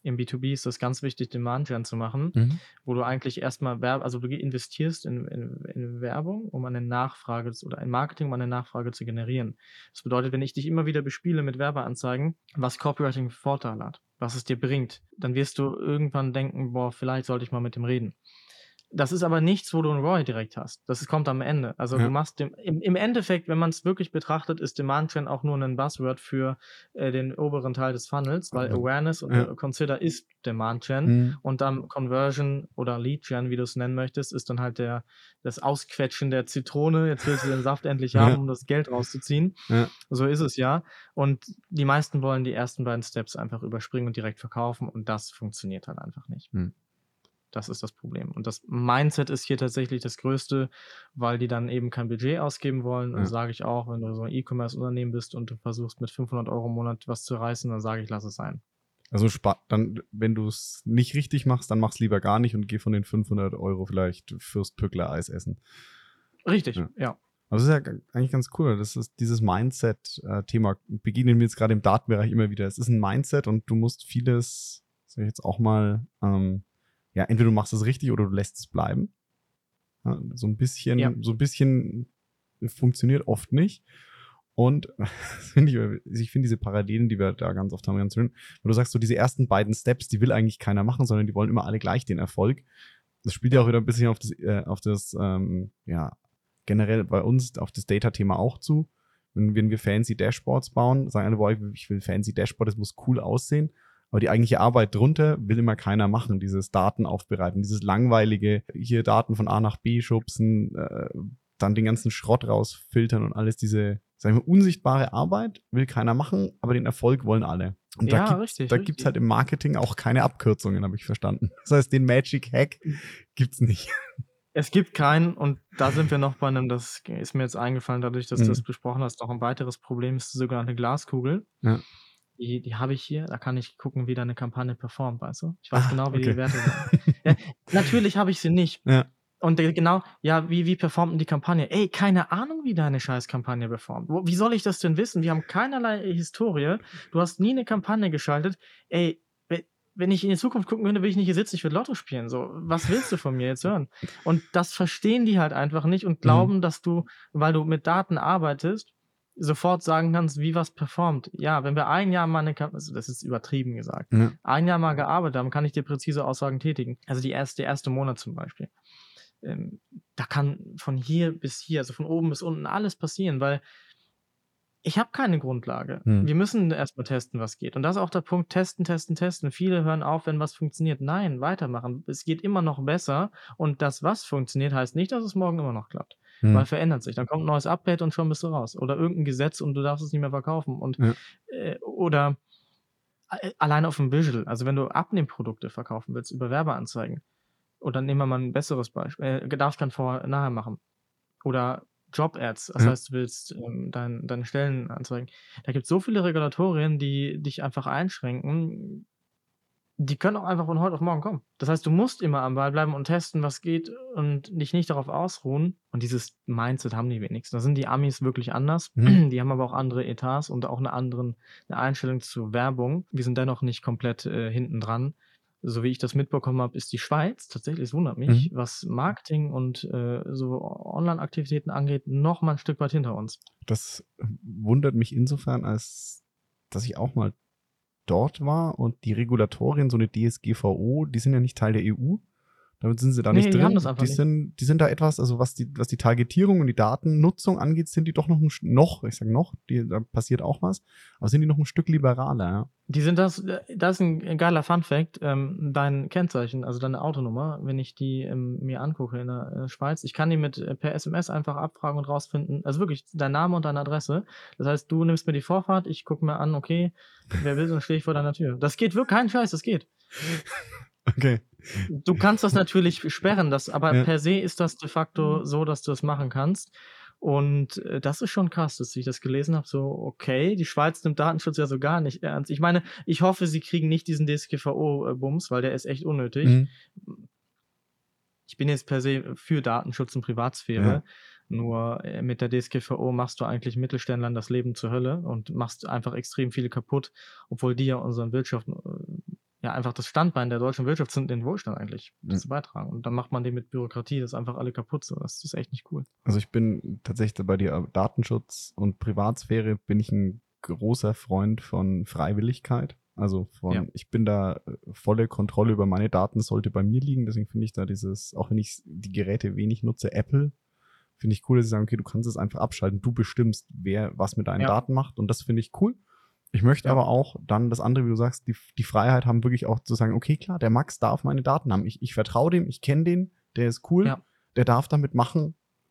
im B zwei B ist das ganz wichtig, Demand-Gen zu machen, Mhm. wo du eigentlich erstmal Werb also du investierst in in in Werbung, um eine Nachfrage z oder in Marketing, um eine Nachfrage zu generieren. Das bedeutet, wenn ich dich immer wieder bespiele mit Werbeanzeigen, was Copywriting für Vorteile hat, was es dir bringt, dann wirst du irgendwann denken: „Boah, vielleicht sollte ich mal mit dem reden.“ Das ist aber nichts, wo du 'n R O I direkt hast. Das kommt am Ende. Also, du Ja. machst dem im im Endeffekt, wenn man's wirklich betrachtet, ist Demand-Gen auch nur 'nen Buzzword für, äh, den oberen Teil des Funnels, weil Awareness und, Ja. äh, Consider ist Demand-Gen Mhm. und dann Conversion oder Lead-Gen, wie du's nennen möchtest, ist dann halt der das Ausquetschen der Zitrone. Jetzt willst du den Saft endlich haben, Ja. um das Geld rauszuziehen. Ja. So ist es ja. Und die meisten wollen die ersten beiden Steps einfach überspringen und direkt verkaufen und das funktioniert halt einfach nicht. Mhm. Das ist das Problem. Und das Mindset ist hier tatsächlich das Größte, weil die dann eben kein Budget ausgeben wollen. Und Ja. sage ich auch, wenn du so 'n E-Commerce-Unternehmen bist und du versuchst mit fünfhundert Euro im Monat was zu reißen, dann sage ich: „Lass es sein.“ Also spa dann, wenn du's nicht richtig machst, dann mach's lieber gar nicht und geh von den fünfhundert Euro vielleicht Fürst-Pückler-Eis essen. Richtig, Ja. ja. Aber das ist ja g eigentlich ganz cool. Das ist dieses Mindset äh, Thema begegnet mir jetzt grade im Datenbereich immer wieder. Es ist 'n Mindset und du musst vieles, sage ich jetzt auch mal, ähm ja, entweder du machst es richtig oder du lässt es bleiben. Ja, so 'n bisschen Ja. so 'n bisschen funktioniert oft nicht. Und das finde ich äh, ich finde diese Parallelen, die wir da ganz oft haben, ganz schön. Weil du sagst so, diese ersten beiden Steps, die will eigentlich keiner machen, sondern die wollen immer alle gleich den Erfolg. Das spielt ja Ja. auch wieder 'n bisschen auf das äh, auf das, ähm, ja, generell bei uns auf das Data-Thema auch zu. Wenn wenn wir fancy Dashboards bauen, sagen alle: „Boah, ich will fancy Dashboard, das muss cool aussehen.“ Aber die eigentliche Arbeit drunter will immer keiner machen. Dieses Daten aufbereiten, dieses langweilige, hier Daten von A nach B schubsen, äh, dann den ganzen Schrott rausfiltern und alles diese, sagen wir, unsichtbare Arbeit will keiner machen, aber den Erfolg wollen alle. Und da Ja, gibt's richtig, da gibt's richtig. halt im Marketing auch keine Abkürzungen, habe ich verstanden. Das heißt, den Magic Hack Hm. gibt's nicht. Es gibt keinen und da sind wir noch bei 'nem das g ist mir jetzt eingefallen, dadurch, dass du das Mhm. besprochen hast, noch 'n weiteres Problem ist die sogenannte Glaskugel. Ja. Die die habe ich hier, da kann ich gucken, wie deine Kampagne performt, weißt du? Ich weiß Ah, genau, wie die okay. Werte sind. Ja, natürlich habe ich sie nicht. Ja. Und de genau, ja, wie wie performt 'n die Kampagne? Ey, keine Ahnung, wie deine Scheiß-Kampagne performt. Wo wie soll ich das denn wissen? Wir haben keinerlei Historie. Du hast nie 'ne Kampagne geschaltet. Ey, we wenn ich in die Zukunft gucken könnte, würde ich nicht hier sitzen, ich würde Lotto spielen, so. Was willst du von mir jetzt hören? Und das verstehen die halt einfach nicht und Mhm. glauben, dass du, weil du mit Daten arbeitest, sofort sagen kannst, wie was performt. Ja, wenn wir ein Jahr mal 'ne Kamp also, das ist übertrieben gesagt, Ja. ein Jahr mal gearbeitet haben, kann ich dir präzise Aussagen tätigen. Also, die erste der erste Monat zum Beispiel. Ähm, da kann von hier bis hier, also von oben bis unten alles passieren, weil ich habe keine Grundlage. Mhm. Wir müssen erst mal testen, was geht. Und das ist auch der Punkt, testen, testen, testen. Viele hören auf, wenn was funktioniert. Nein, weitermachen. Es geht immer noch besser und das, was funktioniert, heißt nicht, dass es morgen immer noch klappt, weil Mhm. verändert sich. Dann kommt 'n neues Update und schon bist du raus. Oder irgend 'n Gesetz und du darfst es nicht mehr verkaufen und, Ja. äh oder a äh, allein auf'm Visual. Also, wenn du Abnehmprodukte verkaufen willst über Werbeanzeigen oder nehmen wir mal 'n besseres Beisp äh, darfst kein Vorher Nachher machen. Oder Job-Ads, das Ja. heißt, du willst, ähm, dein deine Stellen anzeigen. Da gibt's so viele Regulatorien, die dich einfach einschränken. Die können auch einfach von heute auf morgen kommen. Das heißt, du musst immer am Ball bleiben und testen, was geht und dich nicht darauf ausruhen. Und dieses Mindset haben die wenigsten. Da sind die Amis wirklich anders. Mhm. Die haben aber auch andere Etats und auch 'ne anderen 'ne Einstellung zur Werbung. Wir sind dennoch nicht komplett, äh, hinten dran. So wie ich das mitbekommen habe, ist die Schweiz tatsächlich, es wundert Mhm. mich, was Marketing und, äh, so Online-Aktivitäten angeht, noch mal 'n Stück weit hinter uns. Das wundert mich insofern, als dass ich auch mal dort war und die Regulatorien, so 'ne D S G V O, die sind ja nicht Teil der E U. Damit sind sie da Ne, nicht die haben das drin. einfach Die nicht. sind die sind da etwas also, was die was die Targetierung und die Datennutzung angeht, sind die doch noch 'n St noch, ich sage noch, die da passiert auch was, aber sind die noch 'n Stück liberaler, ja. Die sind das äh, das ist 'n geiler Funfact, ähm, dein Kennzeichen, also deine Autonummer, wenn ich die, ähm, mir angucke in der, äh, Schweiz, ich kann die mit äh, per S M S einfach abfragen und rausfinden also wirklich dein Name und deine Adresse. Das heißt, du nimmst mir die Vorfahrt, ich gucke mir an, okay, wer bist du, dann stehe ich vor deiner Tür. Das geht wirk kein Scheiß, das geht. Okay. Du kannst das natürlich sperren, das aber Ja. per se ist das de facto so, dass du das machen kannst. Und, äh, das ist schon krass, dass ich das gelesen habe, so, okay, die Schweiz nimmt Datenschutz ja so gar nicht ernst. Ich meine, ich hoffe, sie kriegen nicht diesen D S G V O, äh, Bums, weil der ist echt unnötig. Mhm. Ich bin jetzt per se für Datenschutz und Ja. Privatsphäre, nur, äh, mit der D S G V O machst du eigentlich Mittelständlern das Leben zur Hölle und machst einfach extrem viel kaputt, obwohl die ja unseren Wirtschaften äh ja einfach das Standbein der deutschen Wirtschaft sind, den Wohlstand eigentlich Mhm. dazu beitragen. Und dann macht man den mit Bürokratie, das ist einfach alle kaputt. So. Das ist echt nicht cool. Also ich bin tatsächlich bei dir, äh, Datenschutz und Privatsphäre bin ich ein großer Freund von Freiwilligkeit. Also von, Ja. ich bin da, äh, volle Kontrolle über meine Daten sollte bei mir liegen. Deswegen finde ich da dieses, auch wenn ich die Geräte wenig nutze, Apple, finde ich cool, dass sie sagen, okay, du kannst es einfach abschalten. Du bestimmst, wer was mit deinen Ja. Daten macht. Und das finde ich cool. Ich möchte Ja. aber auch dann das andere, wie du sagst, die, die Freiheit haben, wirklich auch zu sagen, okay, klar, der Max darf meine Daten haben. Ich, ich vertraue dem, ich kenne den, der ist cool, Ja. der darf damit machen,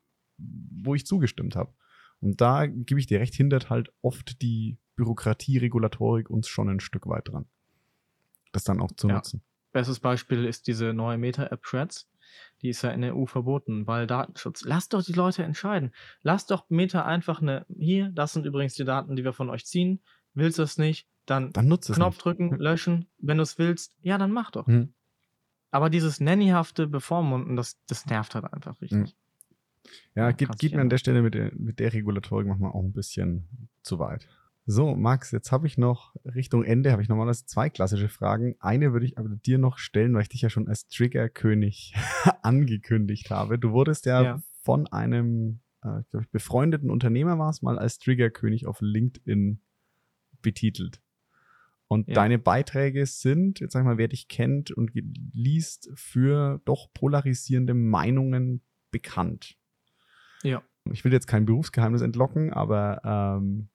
wo ich zugestimmt habe. Und da gebe ich dir recht, hindert halt oft die Bürokratie, Regulatorik uns schon ein Stück weit dran, das dann auch zu Ja. nutzen. Bestes Beispiel ist diese neue Meta-App Threads. Die ist ja in der E U verboten, weil Datenschutz. Lasst doch die Leute entscheiden. Lasst doch Meta einfach eine, hier, das sind übrigens die Daten, die wir von euch ziehen. Willst du es nicht? Dann, Dann nutzt es Knopf nicht. drücken, löschen. Wenn du es willst, ja, dann mach doch. Mhm. Aber dieses nannyhafte Bevormunden, das, das nervt halt einfach richtig. Ja, Ja, geht, kannst geht dich mir an ändern. der Stelle mit der, mit der Regulatorik manchmal auch ein bisschen zu weit. So, Max, jetzt habe ich noch Richtung Ende, habe ich normalerweise zwei klassische Fragen. Eine würde ich aber dir noch stellen, weil ich dich ja schon als Triggerkönig angekündigt habe. Du wurdest ja, Ja. von einem, äh, ich glaube, befreundeten Unternehmer war es mal, als Triggerkönig auf LinkedIn betitelt. Und Ja. deine Beiträge sind, jetzt sag ich mal, wer dich kennt und ge- liest, für doch polarisierende Meinungen bekannt. Ja. Ich will jetzt kein Berufsgeheimnis entlocken, aber ähm,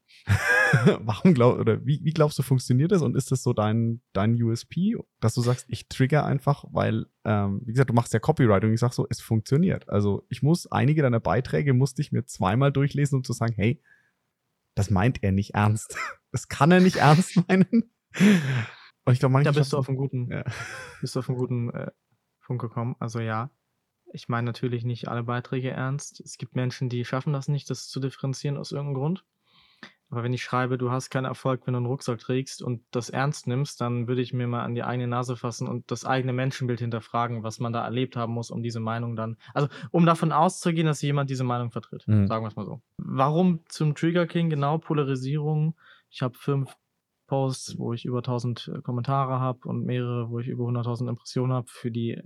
warum glaub, oder wie, wie glaubst du, funktioniert das? Und ist das so dein, dein U S P, dass du sagst, ich trigger einfach, weil, ähm, wie gesagt, du machst ja Copywriting und ich sag so, es funktioniert. Also ich muss einige deiner Beiträge musste ich mir zweimal durchlesen, um zu sagen, hey, das meint er nicht ernst. Das kann er nicht ernst meinen. Und ich glaube, manche Da bist du schaffen- auf einen guten, ja. bist du auf einen guten äh, Punkt gekommen. Also ja, ich meine natürlich nicht alle Beiträge ernst. Es gibt Menschen, die schaffen das nicht, das zu differenzieren aus irgendeinem Grund. Aber wenn ich schreibe, du hast keinen Erfolg, wenn du einen Rucksack trägst und das ernst nimmst, dann würde ich mir mal an die eigene Nase fassen und das eigene Menschenbild hinterfragen, was man da erlebt haben muss, um diese Meinung dann, also um davon auszugehen, dass jemand diese Meinung vertritt. Mhm. Sagen wir es mal so. Warum zum Trigger King? Genau, Polarisierung. Ich habe fünf Posts, wo ich über tausend äh, Kommentare habe und mehrere, wo ich über hunderttausend Impressionen habe für die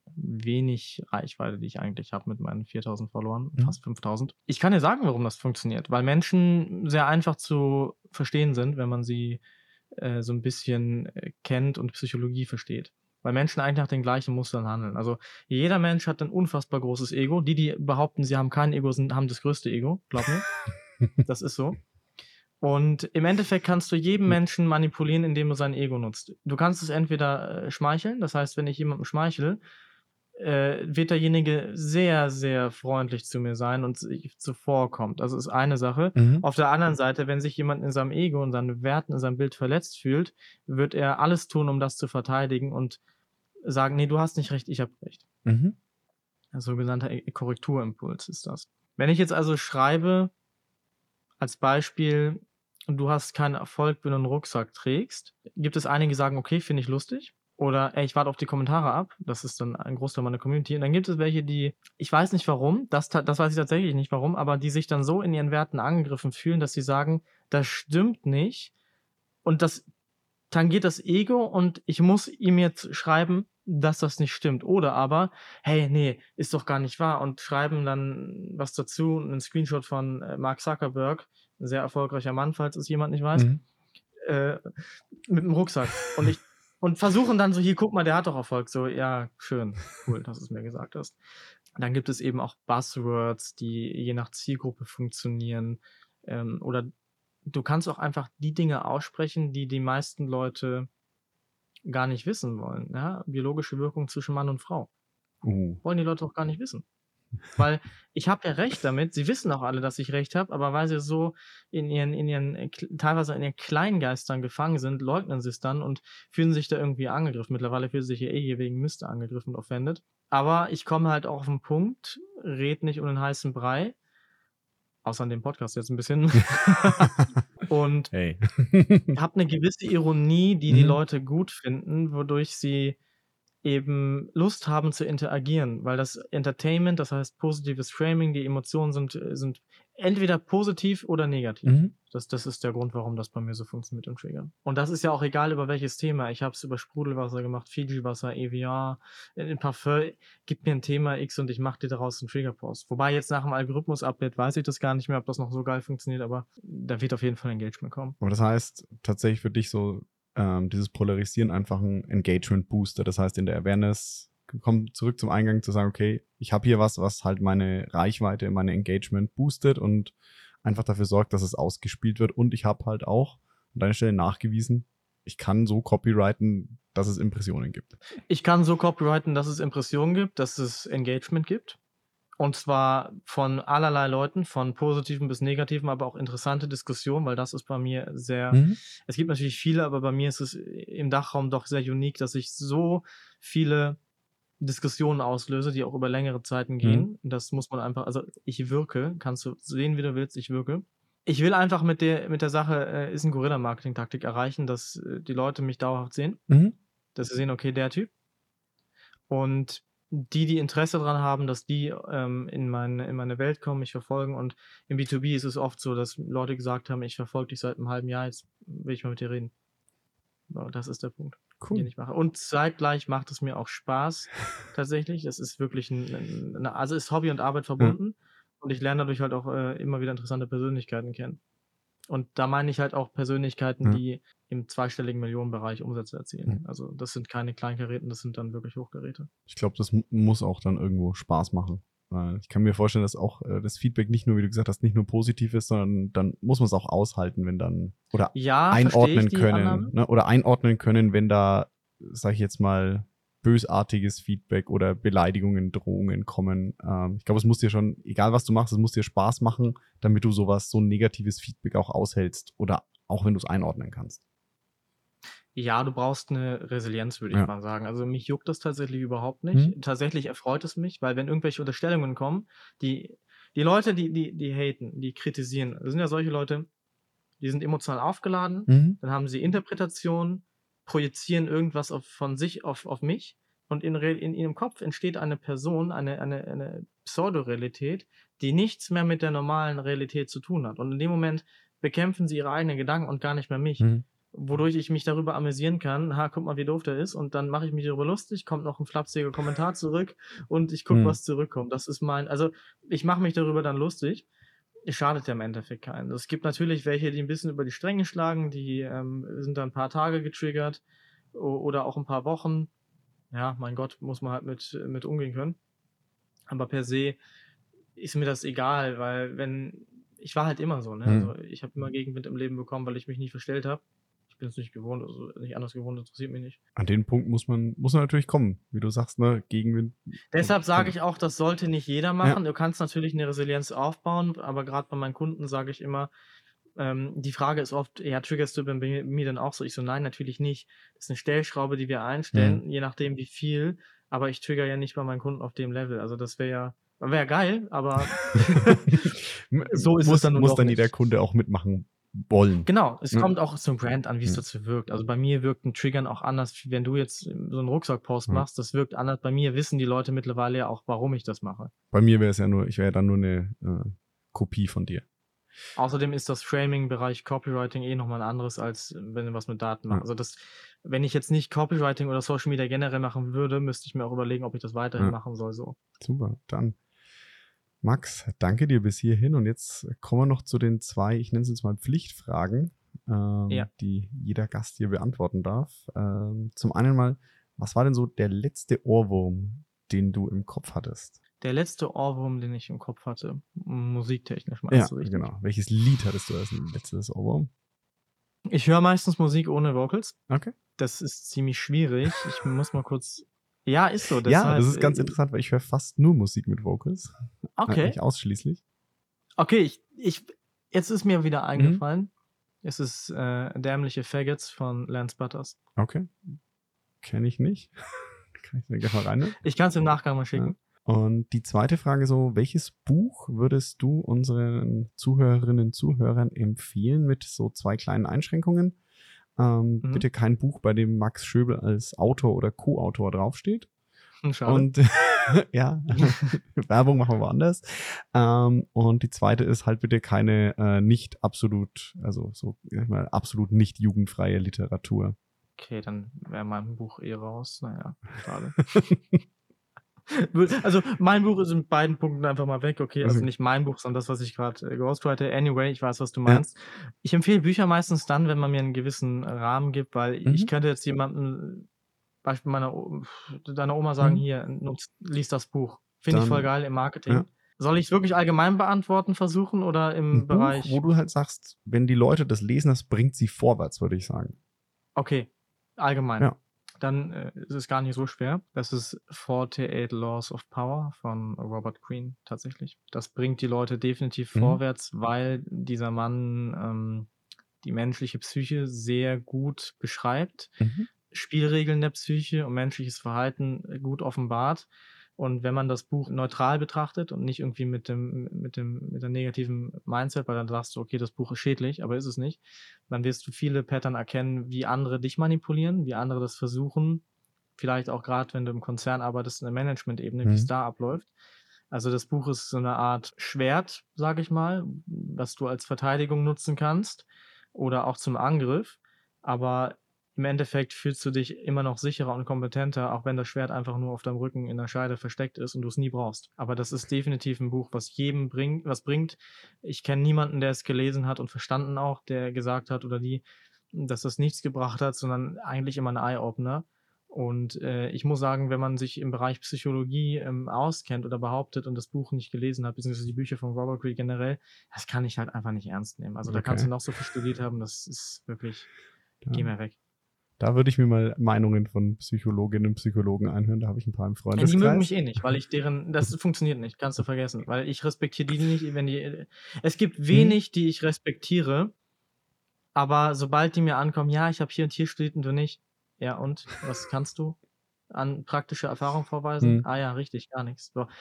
wenig Reichweite, die ich eigentlich habe mit meinen viertausend Followern, Mhm. fast fünftausend. Ich kann dir sagen, warum das funktioniert, weil Menschen sehr einfach zu verstehen sind, wenn man sie äh, so ein bisschen äh, kennt und Psychologie versteht. Weil Menschen eigentlich nach den gleichen Mustern handeln. Also jeder Mensch hat ein unfassbar großes Ego. Die, die behaupten, sie haben kein Ego, sind, haben das größte Ego. Glaub mir. Das ist so. Und im Endeffekt kannst du jeden Menschen manipulieren, indem du sein Ego nutzt. Du kannst es entweder äh, schmeicheln, das heißt, wenn ich jemandem schmeichel, äh, wird derjenige sehr, sehr freundlich zu mir sein und sich zuvorkommt. Das ist eine Sache. Mhm. Auf der anderen Seite, wenn sich jemand in seinem Ego und seinen Werten, in seinem Bild verletzt fühlt, wird er alles tun, um das zu verteidigen und sagen, nee, du hast nicht recht, ich habe recht. Mhm. Ein sogenannter E- Korrekturimpuls ist das. Wenn ich jetzt also schreibe, als Beispiel, du hast keinen Erfolg, wenn du einen Rucksack trägst, gibt es einige, die sagen, okay, finde ich lustig. Oder ey, ich warte auf die Kommentare ab. Das ist dann ein Großteil meiner Community. Und dann gibt es welche, die, ich weiß nicht warum, das, ta- das weiß ich tatsächlich nicht warum, aber die sich dann so in ihren Werten angegriffen fühlen, dass sie sagen, das stimmt nicht. Und das tangiert das Ego und ich muss ihm jetzt schreiben, dass das nicht stimmt. Oder aber, hey, nee, ist doch gar nicht wahr. Und schreiben dann was dazu, einen Screenshot von äh, Mark Zuckerberg, ein sehr erfolgreicher Mann, falls es jemand nicht weiß, Mhm. äh, mit dem Rucksack. Und ich und versuchen dann so, hier, guck mal, der hat doch Erfolg. So, ja, schön, cool, dass du es mir gesagt hast. Dann gibt es eben auch Buzzwords, die je nach Zielgruppe funktionieren. Ähm, oder du kannst auch einfach die Dinge aussprechen, die die meisten Leute gar nicht wissen wollen. Ja? Biologische Wirkung zwischen Mann und Frau. Uh. Wollen die Leute auch gar nicht wissen. Weil ich habe ja recht damit, sie wissen auch alle, dass ich recht habe, aber weil sie so in ihren, in ihren, äh, kl- teilweise in ihren Kleingeistern gefangen sind, leugnen sie es dann und fühlen sich da irgendwie angegriffen. Mittlerweile fühlen sie sich ja eh hier wegen Mist angegriffen und offended. Aber ich komme halt auch auf den Punkt, red nicht um den heißen Brei, außer an dem Podcast jetzt ein bisschen. Und Hey. habe eine gewisse Ironie, die die Mhm. Leute gut finden, wodurch sie eben Lust haben zu interagieren, weil das Entertainment, das heißt positives Framing, die Emotionen sind, äh, sind Entweder positiv oder negativ. Mhm. Das, das ist der Grund, warum das bei mir so funktioniert mit dem Triggern. Und das ist ja auch egal, über welches Thema. Ich habe es über Sprudelwasser gemacht, Fiji-Wasser, E V R, in Parfum. Gib mir ein Thema X und ich mache dir daraus einen Trigger-Post. Wobei jetzt nach dem Algorithmus-Update weiß ich das gar nicht mehr, ob das noch so geil funktioniert, aber da wird auf jeden Fall Engagement kommen. Aber das heißt tatsächlich für dich so, ähm, dieses Polarisieren einfach ein Engagement-Booster. Das heißt, in der Awareness kommt zurück zum Eingang zu sagen, okay, ich habe hier was, was halt meine Reichweite, meine Engagement boostet und einfach dafür sorgt, dass es ausgespielt wird. Und ich habe halt auch an deiner Stelle nachgewiesen, ich kann so copyrighten, dass es Impressionen gibt. Ich kann so copyrighten, dass es Impressionen gibt, dass es Engagement gibt. Und zwar von allerlei Leuten, von positiven bis negativen, aber auch interessante Diskussionen, weil das ist bei mir sehr, Mhm. es gibt natürlich viele, aber bei mir ist es im Dachraum doch sehr unique, dass ich so viele Diskussionen auslöse, die auch über längere Zeiten gehen. Mhm. Das muss man einfach, also ich wirke, kannst du sehen, wie du willst, ich wirke. Ich will einfach mit der, mit der Sache, äh, ist eine Guerilla-Marketing-Taktik, erreichen, dass äh, die Leute mich dauerhaft sehen, Mhm. dass sie sehen, okay, der Typ. Und die, die Interesse daran haben, dass die ähm, in, meine, in meine Welt kommen, mich verfolgen. Und im B zwei B ist es oft so, dass Leute gesagt haben, ich verfolge dich seit einem halben Jahr, jetzt will ich mal mit dir reden. So, das ist der Punkt, den Cool. ich mache. Und zeitgleich macht es mir auch Spaß, tatsächlich. Das ist wirklich ein, ein, eine, also ist Hobby und Arbeit verbunden. Und ich lerne dadurch halt auch äh, immer wieder interessante Persönlichkeiten kennen. Und da meine ich halt auch Persönlichkeiten, Ja. die im zweistelligen Millionenbereich Umsätze erzielen. Mhm. Also das sind keine Kleingeräte, das sind dann wirklich Hochgeräte. Ich glaube, das mu- muss auch dann irgendwo Spaß machen. Weil ich kann mir vorstellen, dass auch äh, das Feedback nicht nur, wie du gesagt hast, nicht nur positiv ist, sondern dann muss man es auch aushalten, wenn dann oder Ja, verstehe ich einordnen die können, Annahme. ne? Oder einordnen können, wenn da, sag ich jetzt mal, bösartiges Feedback oder Beleidigungen, Drohungen kommen. Ähm, ich glaube, es muss dir schon, egal was du machst, es muss dir Spaß machen, damit du sowas, so ein negatives Feedback auch aushältst oder auch wenn du es einordnen kannst. Ja, du brauchst eine Resilienz, würde ich Ja. mal sagen. Also mich juckt das tatsächlich überhaupt nicht. Mhm. Tatsächlich erfreut es mich, weil wenn irgendwelche Unterstellungen kommen, die, die Leute, die, die, die haten, die kritisieren, das sind ja solche Leute, die sind emotional aufgeladen, Mhm. dann haben sie Interpretationen, projizieren irgendwas auf, von sich auf, auf mich und in, Re- in ihrem Kopf entsteht eine Person, eine, eine, eine Pseudorealität, die nichts mehr mit der normalen Realität zu tun hat. Und in dem Moment bekämpfen sie ihre eigenen Gedanken und gar nicht mehr mich. Mhm. Wodurch ich mich darüber amüsieren kann, ha, guck mal, wie doof der ist, und dann mache ich mich darüber lustig, kommt noch ein flapsiger Kommentar zurück und ich gucke, Mhm. was zurückkommt. Das ist mein, also ich mache mich darüber dann lustig. Es schadet ja im Endeffekt keinen. Es gibt natürlich welche, die ein bisschen über die Stränge schlagen, die ähm, sind dann ein paar Tage getriggert o- oder auch ein paar Wochen. Ja, mein Gott, muss man halt mit, mit umgehen können. Aber per se ist mir das egal, weil wenn, ich war halt immer so, ne? Mhm. Also ich habe immer Gegenwind im Leben bekommen, weil ich mich nicht verstellt habe. Ich bin es nicht gewohnt, also nicht anders gewohnt, interessiert mich nicht. An den Punkt muss man, muss man natürlich kommen, wie du sagst, ne, Gegenwind. Deshalb sage ich auch, das sollte nicht jeder Ja. machen. Du kannst natürlich eine Resilienz aufbauen, aber gerade bei meinen Kunden sage ich immer, ähm, die Frage ist oft, ja, triggerst du bei mir, mir dann auch so? Ich so, nein, natürlich nicht. Das ist eine Stellschraube, die wir einstellen, je nachdem wie viel, aber ich trigger ja nicht bei meinen Kunden auf dem Level. Also das wäre ja, wäre geil, aber so ist muss, es dann nun muss doch dann nicht. jeder Kunde auch mitmachen wollen. Genau, es Ja. kommt auch zum Brand an, wie es Ja. dazu wirkt. Also bei mir wirkt ein Triggern auch anders, wenn du jetzt so einen Rucksackpost Ja. machst, das wirkt anders. Bei mir wissen die Leute mittlerweile ja auch, warum ich das mache. Bei mir wäre es ja nur, ich wäre ja dann nur eine äh, Kopie von dir. Außerdem ist das Framing-Bereich Copywriting eh nochmal ein anderes, als wenn du was mit Daten machst. Ja. Also das, wenn ich jetzt nicht Copywriting oder Social Media generell machen würde, müsste ich mir auch überlegen, ob ich das weiterhin Ja. machen soll. So. Super, dann Max, danke dir bis hierhin und jetzt kommen wir noch zu den zwei, ich nenne es jetzt mal Pflichtfragen, ähm, Ja. die jeder Gast hier beantworten darf. Ähm, zum einen mal, was war denn so der letzte Ohrwurm, den du im Kopf hattest? Der letzte Ohrwurm, den ich im Kopf hatte, musiktechnisch meinst Ja, du richtig? genau. Welches Lied hattest du als letztes Ohrwurm? Ich höre meistens Musik ohne Vocals. Okay. Das ist ziemlich schwierig. Ich muss mal kurz. Ja, ist so. Ja, Deshalb, das ist ganz äh, interessant, weil ich höre fast nur Musik mit Vocals. Okay. Nicht ausschließlich. Okay, ich, ich, jetzt ist mir Mhm. wieder eingefallen. Es ist äh, Dämliche Faggots von Lance Butters. Okay. Kenne ich nicht. Kann ich da gleich mal rein? Ich kann es im Nachgang mal schicken. Und die zweite Frage so, welches Buch würdest du unseren Zuhörerinnen und Zuhörern empfehlen mit so zwei kleinen Einschränkungen? Ähm, Mhm. Bitte kein Buch, bei dem Max Schöbel als Autor oder Co-Autor draufsteht. Hm, schade. Und ja, Werbung machen wir woanders. Ähm, und die zweite ist halt bitte keine äh, nicht absolut, also so ich mal, absolut nicht jugendfreie Literatur. Okay, dann wäre mein Buch eh raus. Naja, schade. Also mein Buch ist in beiden Punkten einfach mal weg, okay, also Also, nicht mein Buch, sondern das, was ich gerade äh, ghostwrite. Anyway, ich weiß, was du ja. meinst. Ich empfehle Bücher meistens dann, wenn man mir einen gewissen Rahmen gibt, weil ich Mhm. könnte jetzt jemandem, Beispiel meiner O deiner Oma sagen: Mhm. „Hier, nutz lies das Buch.“ Finde ich voll Dann, geil im ja, Marketing. Soll ich's wirklich allgemein beantworten versuchen oder im ein Buch, wo Bereich du halt sagst, wenn die Leute das lesen, das bringt sie vorwärts, würde ich sagen. okay, allgemein. Ja. Dann, äh, ist es gar nicht so schwer. Das ist „forty-eight Laws of Power“ von Robert Greene tatsächlich. Das bringt die Leute definitiv Mhm. vorwärts, weil dieser Mann, ähm, die menschliche Psyche sehr gut beschreibt, Mhm. Spielregeln der Psyche und menschliches Verhalten äh, gut offenbart. Und wenn man das Buch neutral betrachtet und nicht irgendwie mit dem mit dem mit der negativen Mindset, weil dann sagst du: „Okay, das Buch ist schädlich“, aber ist es nicht. Dann wirst du viele Pattern erkennen, wie andere dich manipulieren, wie andere das versuchen. Vielleicht auch grad, wenn du im Konzern arbeitest, in der Managementebene, wie's Mhm. da abläuft. Also, das Buch ist so 'ne Art Schwert, sage ich mal, was du als Verteidigung nutzen kannst oder auch zum Angriff. Aber im Endeffekt fühlst du dich immer noch sicherer und kompetenter, auch wenn das Schwert einfach nur auf deinem Rücken in der Scheide versteckt ist und du's nie brauchst. Aber das ist definitiv 'n Buch, was jedem bringt was bringt. Ich kenne niemanden, der es gelesen hat und verstanden auch, der gesagt hat oder die, dass das nichts gebracht hat, sondern eigentlich immer 'n Eye-Opener. Und, äh, ich muss sagen, wenn man sich im Bereich Psychologie, ähm, auskennt oder behauptet und das Buch nicht gelesen hat, beziehungsweise die Bücher von Robert Greene generell, das kann ich halt einfach nicht ernst nehmen. Also, da kannst du Okay. noch so viel studiert haben, das ist wirklich geh Ja. mir weg. Da würde ich mir mal Meinungen von Psychologinnen und Psychologen anhören. Da habe ich ein paar im Ja, die mögen mich Freundeskreis. eh nicht, weil ich deren das funktioniert nicht, kannst du vergessen, weil ich respektiere die nicht, wenn die äh, es gibt Mhm. wenig, die ich respektiere, aber sobald die mir ankommen: „Ja, ich habe hier und hier studiert und du nicht.“ Ja und? Was kannst du an praktischer Erfahrung vorweisen? Mhm. Ah ja, richtig, gar nix. So.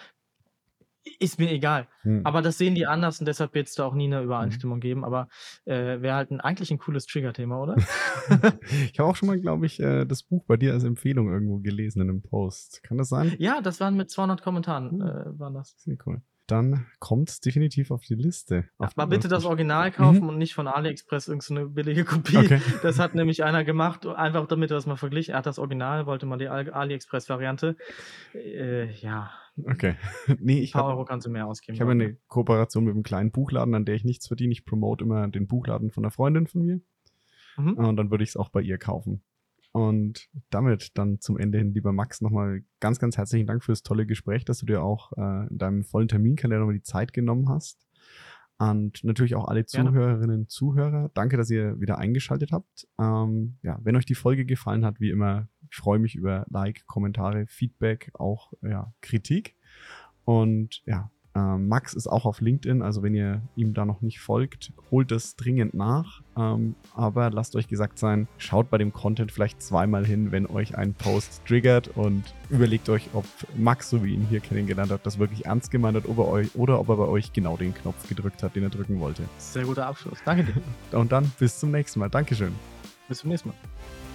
Ist mir egal. Mhm. Aber das sehen die anders und deshalb wird's da auch nie 'ne Mhm. Übereinstimmung geben, aber, äh, wäre halt 'n eigentlich 'n cooles Triggerthema, oder? Ich habe auch schon mal, glaube ich, äh, das Buch bei dir als Empfehlung irgendwo gelesen in 'nem Post. Kann das sein? Ja, das waren mit zweihundert Kommentaren, Hm. äh, waren das. Sehr cool. Dann kommt's definitiv auf die Liste. Auf Aber die bitte das auf die Original kaufen mhm. und nicht von AliExpress irgend so 'ne billige Kopie. Okay. Das hat nämlich einer gemacht, einfach damit er das mal verglichen. Er hat das Original, wollte mal die Al AliExpress-Variante. Äh, ja. Okay. Ne, 'N ich paar habe Euro kannst du mehr ausgeben, ich habe glaub ja mir. 'ne Kooperation mit 'nem kleinen Buchladen, an der ich nichts verdiene. Ich promote immer den Buchladen von 'ner Freundin von mir. Mhm. Und dann würde ich's auch bei ihr kaufen. Und damit dann zum Ende hin, lieber Max, noch mal ganz, ganz herzlichen Dank fürs tolle Gespräch, dass du dir auch, äh, in deinem vollen Terminkalender noch mal die Zeit genommen hast. Und natürlich auch alle Gerne. Zuhörerinnen, Zuhörer, danke, dass ihr wieder eingeschaltet habt. Ähm, ja, wenn euch die Folge gefallen hat, wie immer, ich freue mich über Like, Kommentare, Feedback, auch, ja, Kritik. Und ja, ähm, Max ist auch auf LinkedIn, also wenn ihr ihm da noch nicht folgt, holt das dringend nach. Ähm, aber lasst euch gesagt sein, schaut bei dem Content vielleicht zweimal hin, wenn euch ein Post triggert und überlegt euch, ob Max, so wie ihn hier kennengelernt habt, das wirklich ernst gemeint hat oder, euch, oder ob er bei euch genau den Knopf gedrückt hat, den er drücken wollte. Sehr guter Abschluss. Danke dir. Und dann bis zum nächsten Mal. Dankeschön. Bis zum nächsten Mal.